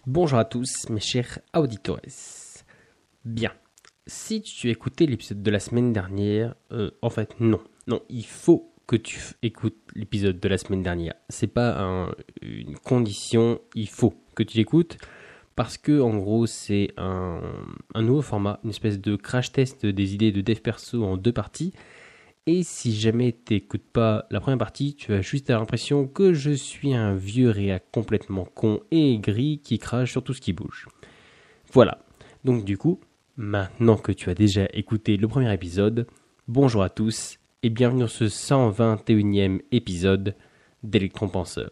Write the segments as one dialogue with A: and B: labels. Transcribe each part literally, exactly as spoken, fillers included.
A: Bonjour à tous mes chers auditores. Bien, si tu as écouté l'épisode de la semaine dernière, euh, en fait non, non, il faut que tu f- écoutes l'épisode de la semaine dernière. C'est pas un- une condition, il faut que tu l'écoutes parce que en gros c'est un, un nouveau format, une espèce de crash test des idées de dev perso en deux parties. Et si jamais tu n'écoutes pas la première partie, tu as juste l'impression que je suis un vieux réac complètement con et aigri qui crache sur tout ce qui bouge. Voilà. Donc du coup, maintenant que tu as déjà écouté le premier épisode, bonjour à tous et bienvenue dans ce cent vingt et unième épisode d'Electron Penseur.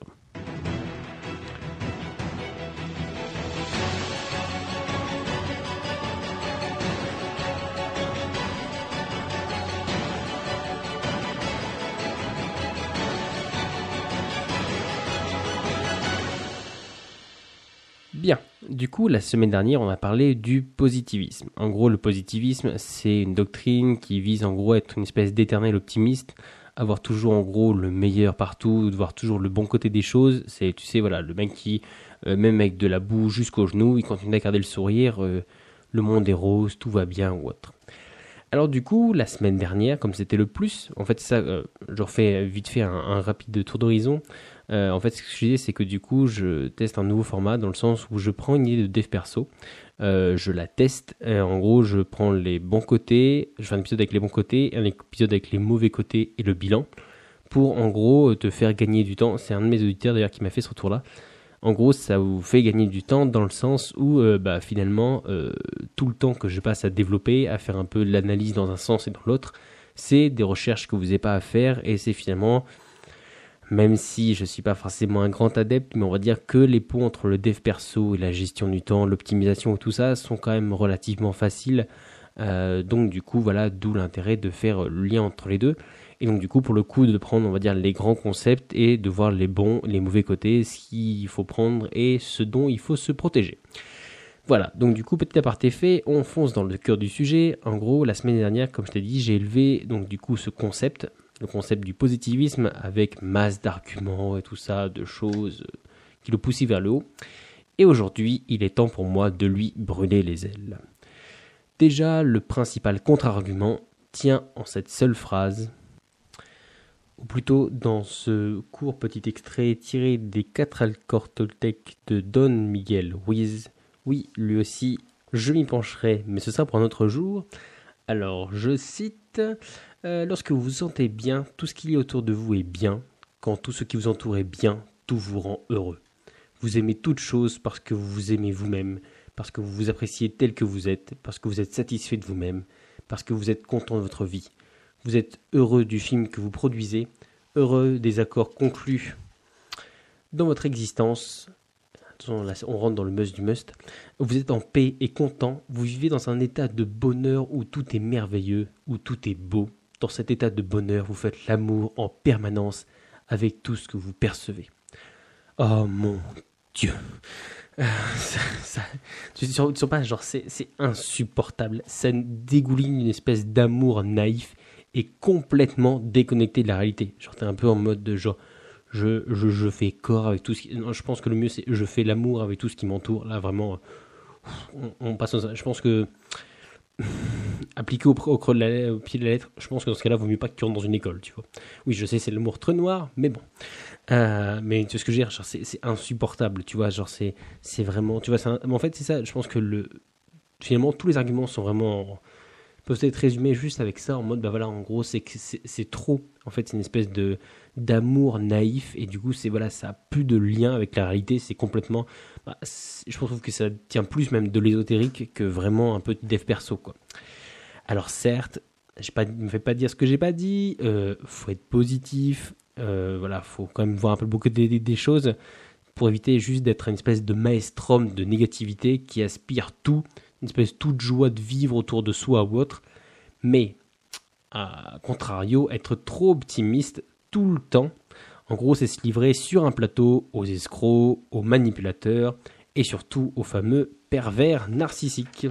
A: Bien, du coup, la semaine dernière, on a parlé du positivisme. En gros, le positivisme, c'est une doctrine qui vise en gros à être une espèce d'éternel optimiste, avoir toujours en gros le meilleur partout, de voir toujours le bon côté des choses. C'est, tu sais, voilà, le mec qui, euh, même avec de la boue jusqu'aux genoux, il continue à garder le sourire, euh, le monde est rose, tout va bien ou autre. Alors du coup, la semaine dernière, comme c'était le plus, en fait ça, euh, je refais vite fait un, un rapide tour d'horizon. Euh, en fait, ce que je disais, c'est que du coup, je teste un nouveau format dans le sens où je prends une idée de dev perso, euh, je la teste. Euh, en gros, je prends les bons côtés, je fais un épisode avec les bons côtés, un épisode avec les mauvais côtés et le bilan, pour en gros te faire gagner du temps. C'est un de mes auditeurs d'ailleurs qui m'a fait ce retour-là. En gros, ça vous fait gagner du temps dans le sens où euh, bah, finalement, euh, tout le temps que je passe à développer, à faire un peu l'analyse dans un sens et dans l'autre, c'est des recherches que vous n'avez pas à faire et c'est finalement, même si je ne suis pas forcément un grand adepte, mais on va dire que les ponts entre le dev perso et la gestion du temps, l'optimisation et tout ça sont quand même relativement faciles. Euh, donc du coup, voilà, d'où l'intérêt de faire le lien entre les deux. Et donc du coup, pour le coup, de prendre, on va dire, les grands concepts et de voir les bons, les mauvais côtés, ce qu'il faut prendre et ce dont il faut se protéger. Voilà, donc du coup, petit aparté fait, on fonce dans le cœur du sujet. En gros, la semaine dernière, comme je t'ai dit, j'ai élevé donc du coup ce concept, le concept du positivisme avec masse d'arguments et tout ça, de choses qui le poussent vers le haut. Et aujourd'hui, il est temps pour moi de lui brûler les ailes. Déjà, le principal contre-argument tient en cette seule phrase, ou plutôt dans ce court petit extrait tiré des quatre accords Toltec de Don Miguel Ruiz. Oui, lui aussi, je m'y pencherai, mais ce sera pour un autre jour. Alors, je cite euh, « Lorsque vous vous sentez bien, tout ce qu'il y a autour de vous est bien. Quand tout ce qui vous entoure est bien, tout vous rend heureux. Vous aimez toute chose parce que vous vous aimez vous-même, parce que vous vous appréciez tel que vous êtes, parce que vous êtes satisfait de vous-même, parce que vous êtes content de votre vie. Vous êtes heureux du film que vous produisez, heureux des accords conclus dans votre existence. Attention, là, on rentre dans le must du must. Vous êtes en paix et content. Vous vivez dans un état de bonheur où tout est merveilleux, où tout est beau. Dans cet état de bonheur, vous faites l'amour en permanence avec tout ce que vous percevez. Oh mon Dieu. Euh, ça, ça, tu ne sens pas, genre, c'est, c'est insupportable. Ça dégouline une espèce d'amour naïf et complètement déconnecté de la réalité. Genre, t'es un peu en mode de genre, je, je, je fais corps avec tout ce qui. Non, je pense que le mieux, c'est je fais l'amour avec tout ce qui m'entoure. Là, vraiment, on, on passe dans ça. Je pense que. Appliqué au, au, creux de la, au pied de la lettre, je pense que dans ce cas-là, il vaut mieux pas que tu rentres dans une école, tu vois. Oui, je sais, c'est l'amour très noir, mais bon. Euh, mais tu sais ce que je veux dire, genre, c'est, c'est insupportable, tu vois, genre c'est, c'est vraiment, tu vois, c'est un, en fait c'est ça, je pense que le, finalement tous les arguments sont vraiment, peuvent être résumés juste avec ça, en mode, bah voilà, en gros c'est que c'est, c'est trop, en fait c'est une espèce de, d'amour naïf, et du coup c'est, voilà, ça a plus de lien avec la réalité, c'est complètement, bah, c'est, je trouve que ça tient plus même de l'ésotérique que vraiment un peu de dev perso, quoi. Alors certes, je ne me fais pas dire ce que j'ai pas dit, euh, faut être positif, euh, voilà, faut quand même voir un peu beaucoup des, des, des choses pour éviter juste d'être une espèce de maelstrom de négativité qui aspire tout, une espèce toute joie de vivre autour de soi ou autre. Mais, à contrario, être trop optimiste tout le temps, en gros, c'est se livrer sur un plateau aux escrocs, aux manipulateurs et surtout aux fameux pervers narcissiques.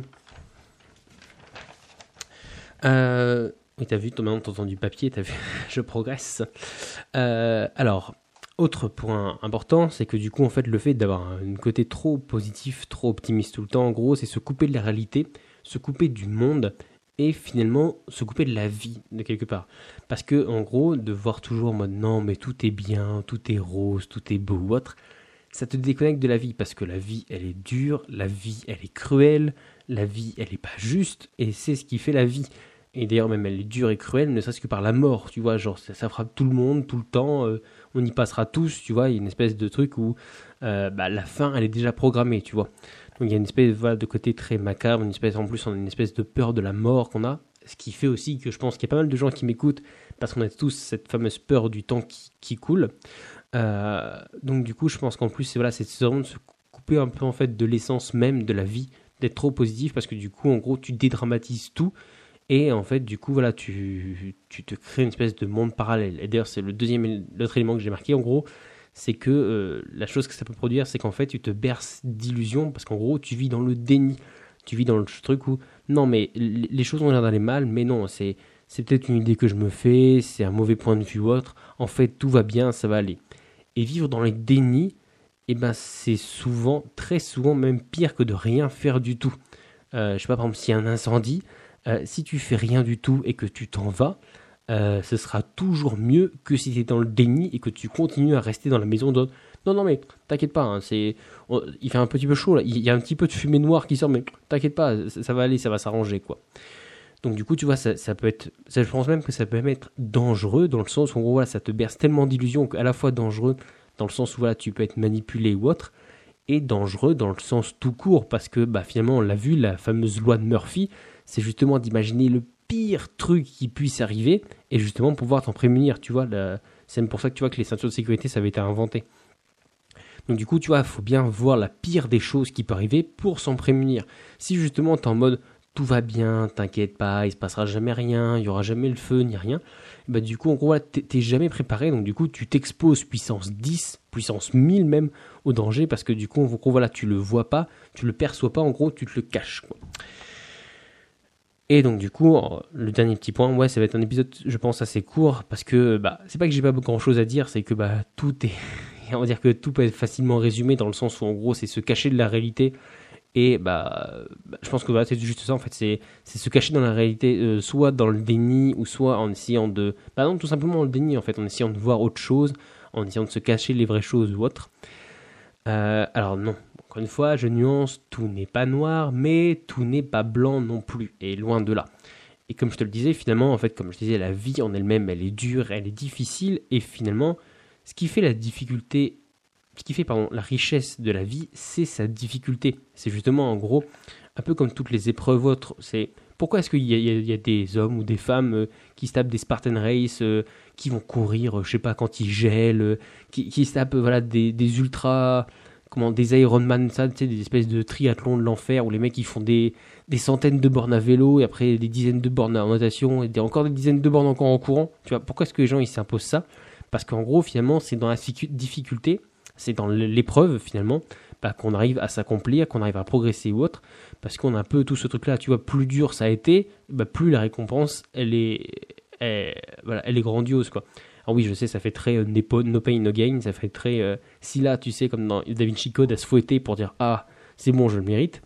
A: Euh, oui, t'as vu, toi maintenant t'entends du papier, t'as vu, je progresse. Euh, alors, Autre point important, c'est que du coup, en fait, le fait d'avoir un côté trop positif, trop optimiste tout le temps, en gros, c'est se couper de la réalité, se couper du monde et finalement se couper de la vie de quelque part. Parce que, en gros, de voir toujours en mode non, mais tout est bien, tout est rose, tout est beau ou autre, ça te déconnecte de la vie parce que la vie, elle est dure, la vie, elle est cruelle, la vie, elle est pas juste et c'est ce qui fait la vie. Et d'ailleurs, même elle est dure et cruelle, ne serait-ce que par la mort, tu vois, genre ça, ça frappe tout le monde, tout le temps, euh, on y passera tous, tu vois, il y a une espèce de truc où euh, bah, la fin, elle est déjà programmée, tu vois. Donc il y a une espèce voilà, de côté très macabre, une espèce, en plus on a une espèce de peur de la mort qu'on a, ce qui fait aussi que je pense qu'il y a pas mal de gens qui m'écoutent, parce qu'on a tous cette fameuse peur du temps qui, qui coule. Euh, donc du coup, je pense qu'en plus, c'est, voilà, c'est vraiment de se couper un peu en fait de l'essence même de la vie, d'être trop positif, parce que du coup, en gros, tu dédramatises tout, et en fait, du coup, voilà, tu, tu te crées une espèce de monde parallèle. Et d'ailleurs, c'est le deuxième, l'autre élément que j'ai marqué, en gros, c'est que euh, la chose que ça peut produire, c'est qu'en fait, tu te berces d'illusions, parce qu'en gros, tu vis dans le déni. Tu vis dans le truc où, non, mais les choses ont l'air d'aller mal, mais non, c'est, c'est peut-être une idée que je me fais, c'est un mauvais point de vue ou autre. En fait, tout va bien, ça va aller. Et vivre dans le déni, eh ben, c'est souvent, très souvent, même pire que de rien faire du tout. Euh, je sais pas, par exemple, s'il y a un incendie, euh, si tu fais rien du tout et que tu t'en vas, euh, ce sera toujours mieux que si tu es dans le déni et que tu continues à rester dans la maison d'autres. Non, non, mais t'inquiète pas, hein, c'est, on- il fait un petit peu chaud là, il y a un petit peu de fumée noire qui sort, mais t'inquiète pas, ça, ça va aller, ça va s'arranger, quoi. Donc du coup, tu vois, ça, ça peut être, ça, je pense même que ça peut même être dangereux dans le sens où en gros, voilà, ça te berce tellement d'illusions qu'à la fois dangereux dans le sens où voilà, tu peux être manipulé ou autre, et dangereux dans le sens tout court parce que bah, finalement, on l'a vu, la fameuse loi de Murphy, c'est justement d'imaginer le pire truc qui puisse arriver et justement pouvoir t'en prémunir, tu vois. La... C'est même pour ça que tu vois que les ceintures de sécurité, ça avait été inventé. Donc du coup, tu vois, il faut bien voir la pire des choses qui peut arriver pour s'en prémunir. Si justement t'es en mode tout va bien, t'inquiète pas, il se passera jamais rien, il y aura jamais le feu ni rien, bah du coup en gros t'es, t'es jamais préparé, donc du coup tu t'exposes puissance dix, puissance mille même au danger parce que du coup en gros voilà tu le vois pas, tu le perçois pas, en gros tu te le caches, quoi. Et donc du coup, le dernier petit point, ouais, ça va être un épisode, je pense, assez court, parce que bah, c'est pas que j'ai pas grand chose à dire, c'est que bah, tout est, on va dire que tout peut être facilement résumé dans le sens où en gros c'est se cacher de la réalité. Et bah, bah, je pense que voilà, c'est juste ça en fait, c'est, c'est se cacher dans la réalité, euh, soit dans le déni, ou soit en essayant de, bah non, tout simplement dans le déni en fait, en essayant de voir autre chose, en essayant de se cacher les vraies choses ou autre. Euh, alors non, encore une fois, je nuance, tout n'est pas noir, mais tout n'est pas blanc non plus, et loin de là. Et comme je te le disais, finalement, en fait, comme je disais, la vie en elle-même, elle est dure, elle est difficile, et finalement, ce qui fait la difficulté, ce qui fait, pardon, la richesse de la vie, c'est sa difficulté. C'est justement, en gros, un peu comme toutes les épreuves autres, c'est pourquoi est-ce qu'il y a, il y a- il y a des hommes ou des femmes euh, qui se tapent des Spartan Race, euh, qui vont courir, euh, je sais pas, quand ils gèlent, euh, qui, qui se tapent euh, voilà, des, des ultras, comment, des Ironman, ça, tu sais, des espèces de triathlons de l'enfer où les mecs ils font des, des centaines de bornes à vélo et après des dizaines de bornes en natation et des, encore des dizaines de bornes encore en courant. Tu vois, pourquoi est-ce que les gens ils s'imposent ça? Parce qu'en gros, finalement, c'est dans la ficu- difficulté, c'est dans l'épreuve finalement, bah, qu'on arrive à s'accomplir, qu'on arrive à progresser ou autre, parce qu'on a un peu tout ce truc-là. Tu vois, plus dur ça a été, bah, plus la récompense elle est, elle, voilà, elle est grandiose, quoi. Alors oui, je sais, ça fait très euh, Nepo- no pain, no gain, ça fait très euh, si là, tu sais, comme dans Da Vinci Code, à se fouetter pour dire ah, c'est bon, je le mérite.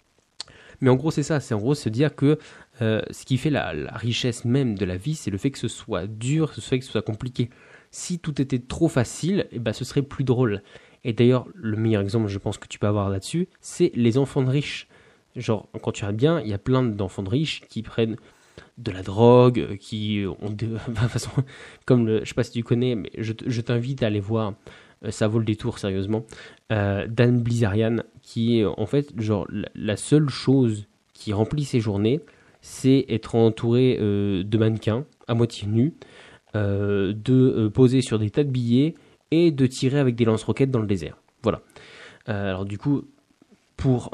A: Mais en gros, c'est ça, c'est en gros se dire que euh, ce qui fait la, la richesse même de la vie, c'est le fait que ce soit dur, ce fait que ce soit compliqué. Si tout était trop facile, eh ben, ce serait plus drôle. Et d'ailleurs, le meilleur exemple, je pense que tu peux avoir là-dessus, c'est les enfants de riches. Genre, quand tu regardes bien, il y a plein d'enfants de riches qui prennent de la drogue, euh, qui ont de, de toute façon, comme le, je sais pas si tu connais, mais je, je t'invite à aller voir, euh, ça vaut le détour sérieusement, euh, Dan Blizzarian, qui est en fait genre la, la seule chose qui remplit ses journées, c'est être entouré euh, de mannequins à moitié nus, euh, de euh, poser sur des tas de billets et de tirer avec des lance-roquettes dans le désert. Voilà. Euh, alors du coup, pour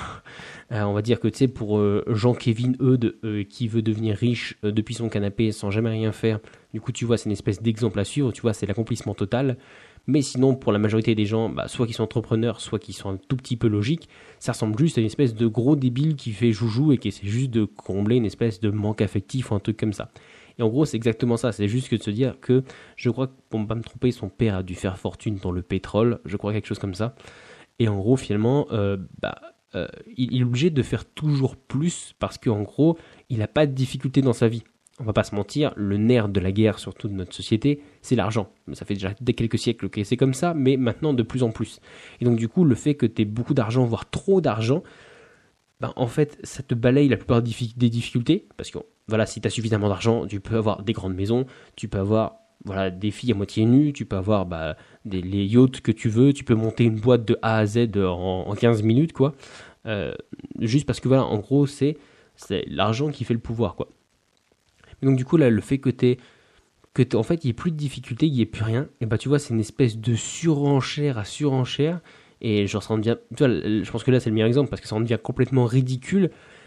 A: Euh, on va dire que tu sais, pour euh, Jean-Kévin Eudes, euh, qui veut devenir riche euh, depuis son canapé sans jamais rien faire, du coup, tu vois, c'est une espèce d'exemple à suivre, tu vois, c'est l'accomplissement total. Mais sinon, pour la majorité des gens, bah, soit qui sont entrepreneurs, soit qui sont un tout petit peu logiques, ça ressemble juste à une espèce de gros débile qui fait joujou et qui essaie juste de combler une espèce de manque affectif ou un truc comme ça. Et en gros, c'est exactement ça. C'est juste que de se dire que, je crois que, pour ne pas me tromper, son père a dû faire fortune dans le pétrole, je crois quelque chose comme ça. Et en gros, finalement, euh, bah, euh, il, il est obligé de faire toujours plus parce qu'en gros, il n'a pas de difficulté dans sa vie. On va pas se mentir, le nerf de la guerre, surtout de notre société, c'est l'argent. Ça fait déjà dès quelques siècles que c'est comme ça, mais maintenant de plus en plus. Et donc du coup, le fait que tu aies beaucoup d'argent, voire trop d'argent, ben, en fait, ça te balaye la plupart des difficultés, parce que voilà, si tu as suffisamment d'argent, tu peux avoir des grandes maisons, tu peux avoir voilà, des filles à moitié nues, tu peux avoir bah, des, les yachts que tu veux, tu peux monter une boîte de A à Z en, en quinze minutes, quoi. Euh, juste parce que voilà, en gros, c'est, c'est l'argent qui fait le pouvoir, quoi. Mais donc du coup, là, le fait que tu que t'es, en fait, il n'y ait plus de difficultés, il n'y ait plus rien, et bah tu vois, c'est une espèce de surenchère à surenchère, et genre ça en devient, tu vois, je pense que là c'est le meilleur exemple, parce que ça en devient complètement ridicule,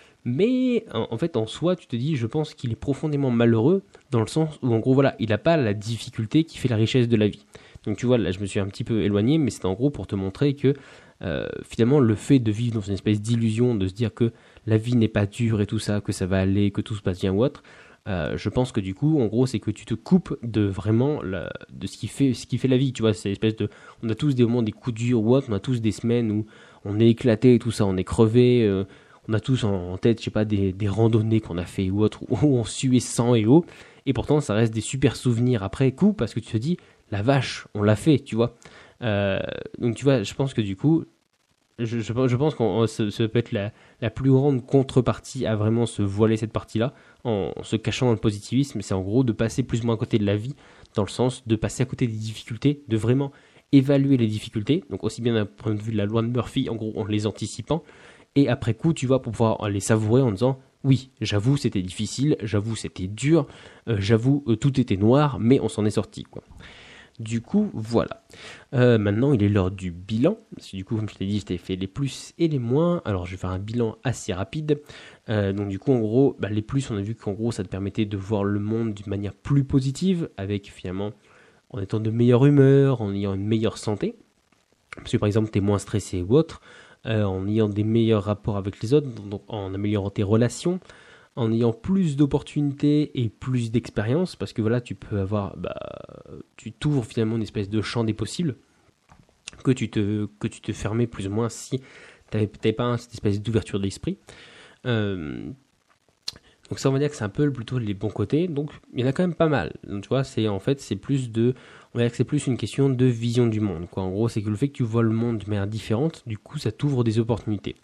A: mais en, en fait, en soi, tu te dis, je pense qu'il est profondément malheureux, dans le sens où, en gros, voilà, il n'a pas la difficulté qui fait la richesse de la vie. Donc tu vois, là je me suis un petit peu éloigné, mais c'est en gros pour te montrer que, euh, finalement, le fait de vivre dans une espèce d'illusion, de se dire que la vie n'est pas dure et tout ça, que ça va aller, que tout se passe bien ou autre, Euh, je pense que du coup, en gros, c'est que tu te coupes de vraiment la, de ce qui fait, ce qui fait la vie. Tu vois, c'est l'espèce de, on a tous des moments, des coups durs ou autre. On a tous des semaines où on est éclaté et tout ça, on est crevé. Euh, on a tous en, en tête, je sais pas, des, des randonnées qu'on a fait ou autre où on suait sang et eau. Et pourtant, ça reste des super souvenirs après coup parce que tu te dis, la vache, on l'a fait, tu vois. Euh, donc tu vois, je pense que du coup, je, je, je pense que ça peut être la, la plus grande contrepartie à vraiment se voiler cette partie-là, en, en se cachant dans le positivisme, c'est en gros de passer plus ou moins à côté de la vie, dans le sens de passer à côté des difficultés, de vraiment évaluer les difficultés, donc aussi bien d'un point de vue de la loi de Murphy, en gros en les anticipant, et après coup, tu vois, pour pouvoir les savourer en disant, oui, j'avoue, c'était difficile, j'avoue, c'était dur, euh, j'avoue, euh, tout était noir, mais on s'en est sorti, quoi. Du coup, voilà. Euh, maintenant, il est l'heure du bilan. Parce que du coup, comme je t'ai dit, je t'ai fait les plus et les moins. Alors, je vais faire un bilan assez rapide. Euh, donc, du coup, en gros, bah, les plus, on a vu qu'en gros, ça te permettait de voir le monde d'une manière plus positive, avec finalement, en étant de meilleure humeur, en ayant une meilleure santé. Parce que, par exemple, tu es moins stressé ou autre, euh, en ayant des meilleurs rapports avec les autres, donc en améliorant tes relations, en ayant plus d'opportunités et plus d'expérience, parce que voilà, tu peux avoir, bah, tu t'ouvres finalement une espèce de champ des possibles que tu te, que tu te fermais plus ou moins si tu n'avais pas cette espèce d'ouverture d'esprit. Euh, donc ça, on va dire que c'est un peu plutôt les bons côtés. Donc il y en a quand même pas mal. Donc tu vois, c'est en fait c'est plus de, on va dire que c'est plus une question de vision du monde, quoi. En gros, c'est que le fait que tu vois le monde de manière différente, du coup, ça t'ouvre des opportunités.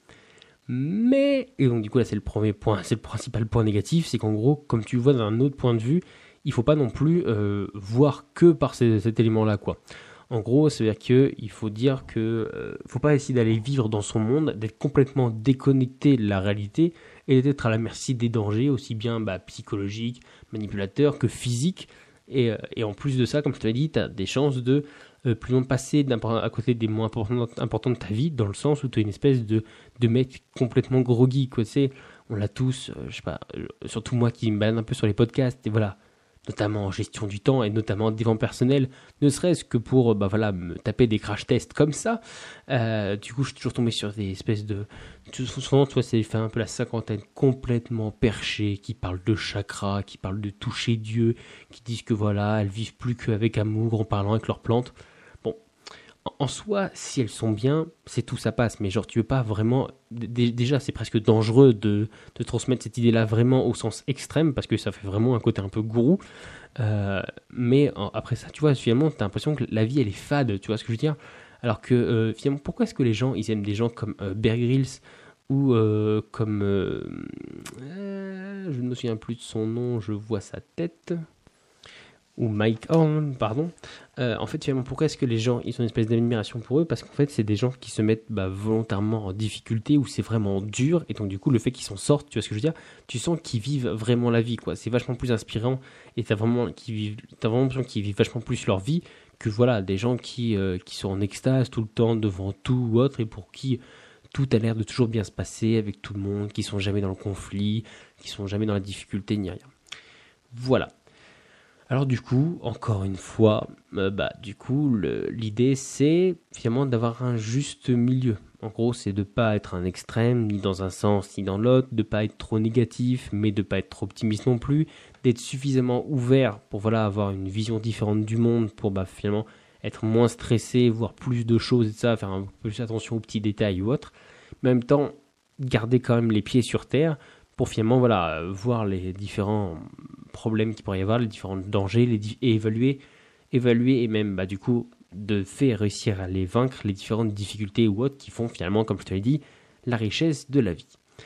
A: Mais, et donc du coup là c'est le premier point, c'est le principal point négatif, c'est qu'en gros, comme tu le vois d'un autre point de vue, il faut pas non plus euh, voir que par ces, cet élément-là, quoi. En gros, c'est-à-dire qu'il faut dire que euh, faut pas essayer d'aller vivre dans son monde, d'être complètement déconnecté de la réalité et d'être à la merci des dangers, aussi bien bah, psychologiques, manipulateurs que physiques. Et, euh, et en plus de ça, comme je te l'ai dit, tu as des chances de euh, plus loin passer à côté des moins importants, importants de ta vie, dans le sens où tu as une espèce de, de mec complètement groggy, quoi. Tu sais, on l'a tous, euh, je sais pas, euh, surtout moi qui me balade un peu sur les podcasts, et voilà, notamment en gestion du temps et notamment en développement personnel, ne serait-ce que pour bah voilà, me taper des crash tests comme ça. Euh, du coup, je suis toujours tombé sur des espèces de... Souvent, tu vois, c'est fait un peu la cinquantaine complètement perchée, qui parlent de chakras, qui parlent de toucher Dieu, qui disent que voilà, elles vivent plus qu'avec amour en parlant avec leurs plantes. Bon, en soi, si elles sont bien, c'est tout, ça passe. Mais genre, tu veux pas vraiment... D- déjà, c'est presque dangereux de, de transmettre cette idée-là vraiment au sens extrême, parce que ça fait vraiment un côté un peu gourou. Euh, mais en, après ça, tu vois, finalement, t'as l'impression que la vie, elle est fade, tu vois ce que je veux dire? Alors que, euh, finalement, pourquoi est-ce que les gens, ils aiment des gens comme euh, Bear Grylls ou euh, comme... Euh, euh, je ne me souviens plus de son nom, je vois sa tête... ou Mike Horn, pardon. Euh, en fait, finalement, pourquoi est-ce que les gens, ils ont une espèce d'admiration pour eux? Parce qu'en fait, c'est des gens qui se mettent bah, volontairement en difficulté, où c'est vraiment dur, et donc du coup, le fait qu'ils s'en sortent, tu vois ce que je veux dire? Tu sens qu'ils vivent vraiment la vie, quoi. C'est vachement plus inspirant, et t'as vraiment, qui vivent, t'as vraiment l'impression qu'ils vivent vachement plus leur vie que voilà, des gens qui, euh, qui sont en extase tout le temps devant tout ou autre, et pour qui tout a l'air de toujours bien se passer avec tout le monde, qui sont jamais dans le conflit, qui sont jamais dans la difficulté, ni rien. Voilà. Alors du coup, encore une fois, euh, bah du coup, le- l'idée c'est finalement d'avoir un juste milieu. En gros, c'est de pas être un extrême, ni dans un sens, ni dans l'autre, de pas être trop négatif, mais de pas être trop optimiste non plus, d'être suffisamment ouvert pour voilà avoir une vision différente du monde, pour bah finalement être moins stressé, voir plus de choses et ça, faire un peu plus attention aux petits détails ou autres. Mais en même temps, garder quand même les pieds sur terre pour finalement voilà euh, voir les différents problèmes qu'il pourrait y avoir, les différents dangers, les di- et évaluer, évaluer et même bah, du coup de faire réussir à les vaincre, les différentes difficultés ou autres qui font finalement, comme je te l'ai dit, la richesse de la vie.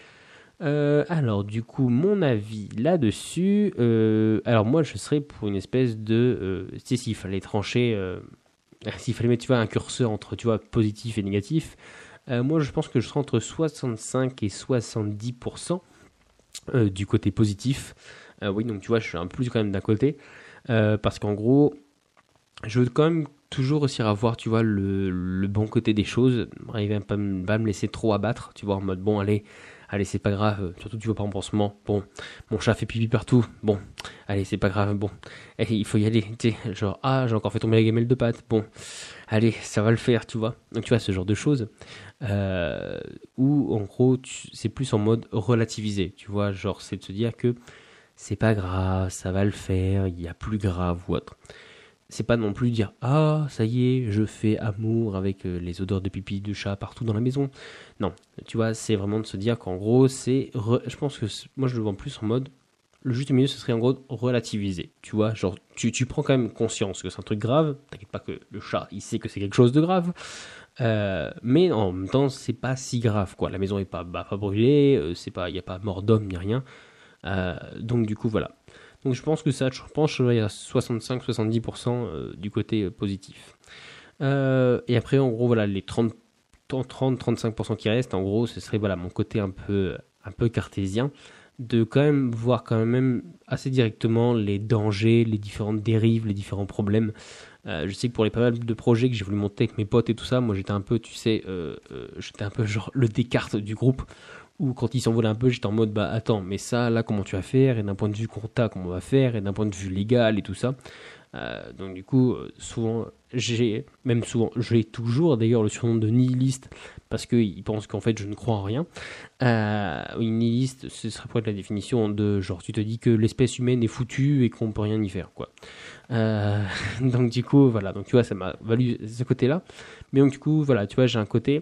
A: Euh, alors du coup, mon avis là-dessus, euh, alors moi je serais pour une espèce de, euh, tu sais, s'il fallait trancher, euh, s'il fallait mettre tu vois, un curseur entre tu vois, positif et négatif, euh, moi je pense que je serais entre soixante-cinq et soixante-dix pour cent euh, du côté positif. Euh, oui, donc tu vois, je suis un peu plus quand même d'un côté. Euh, parce qu'en gros, je veux quand même toujours réussir à voir, tu vois, le, le bon côté des choses. Arriver à pas, me- pas me laisser trop abattre, tu vois, en mode, bon, allez, allez, c'est pas grave. euh, Surtout, tu vois, par exemple, en ce moment, bon, mon chat fait pipi partout. Bon, allez, c'est pas grave, bon. Eh, il faut y aller, tu sais, genre, ah, j'ai encore fait tomber la gamelle de pâte. Bon, allez, ça va le faire, tu vois. Donc, tu vois, ce genre de choses. Euh, où, en gros, tu- c'est plus en mode relativisé, tu vois, genre, c'est de se dire que c'est pas grave, ça va le faire, il y a plus grave ou autre. C'est pas non plus dire ah ça y est, je fais amour avec euh, les odeurs de pipi de chat partout dans la maison. Non, tu vois, c'est vraiment de se dire qu'en gros c'est, re- je pense que c'est- moi je le vois plus en mode le juste milieu ce serait en gros relativiser. Tu vois, genre tu, tu prends quand même conscience que c'est un truc grave. T'inquiète pas que le chat il sait que c'est quelque chose de grave. Euh, mais en même temps c'est pas si grave quoi. La maison est pas bah, pas brûlée, euh, c'est pas il y a pas mort d'homme ni rien. Euh, donc du coup voilà. Donc je pense que ça, je pense qu'il y a soixante-cinq à soixante-dix pour cent euh, du côté euh, positif. Euh, et après en gros voilà les trente à trente-cinq pour cent qui restent, en gros ce serait voilà mon côté un peu, un peu cartésien, de quand même voir quand même assez directement les dangers, les différentes dérives, les différents problèmes. Euh, je sais que pour les pas mal de projets que j'ai voulu monter avec mes potes et tout ça, moi j'étais un peu, tu sais, euh, euh, j'étais un peu genre le Descartes du groupe, ou quand ils s'envolaient un peu, j'étais en mode bah attends, mais ça là comment tu vas faire, et d'un point de vue compta comment on va faire, et d'un point de vue légal et tout ça. Euh, donc du coup, euh, souvent, j'ai, même souvent, j'ai toujours d'ailleurs le surnom de nihiliste parce qu'ils pensent qu'en fait je ne crois en rien. Euh, une nihiliste, ce serait pour être la définition de genre tu te dis que l'espèce humaine est foutue et qu'on peut rien y faire quoi. Euh, donc du coup voilà, donc tu vois ça m'a valu ce côté-là. Mais donc du coup voilà, tu vois j'ai un côté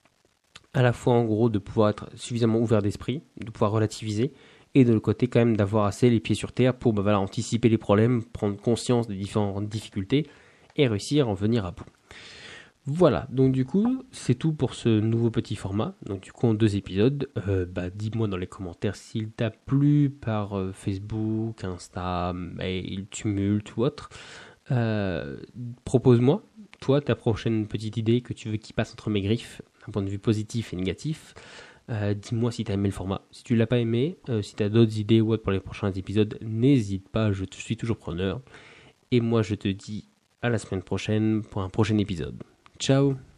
A: à la fois en gros de pouvoir être suffisamment ouvert d'esprit, de pouvoir relativiser, et de le côté quand même d'avoir assez les pieds sur terre pour bah, voilà, anticiper les problèmes, prendre conscience des différentes difficultés et réussir à en venir à bout. Voilà, donc du coup, c'est tout pour ce nouveau petit format. Donc du coup, en deux épisodes, euh, bah, dis-moi dans les commentaires s'il t'a plu par euh, Facebook, Insta, mail, Tumult ou autre. Euh, propose-moi, toi, ta prochaine petite idée que tu veux qui passe entre mes griffes, d'un point de vue positif et négatif. Euh, dis-moi si tu as aimé le format. Si tu l'as pas aimé, euh, si tu as d'autres idées ou autres pour les prochains épisodes, n'hésite pas, je te suis toujours preneur. Et moi, je te dis à la semaine prochaine pour un prochain épisode. Ciao!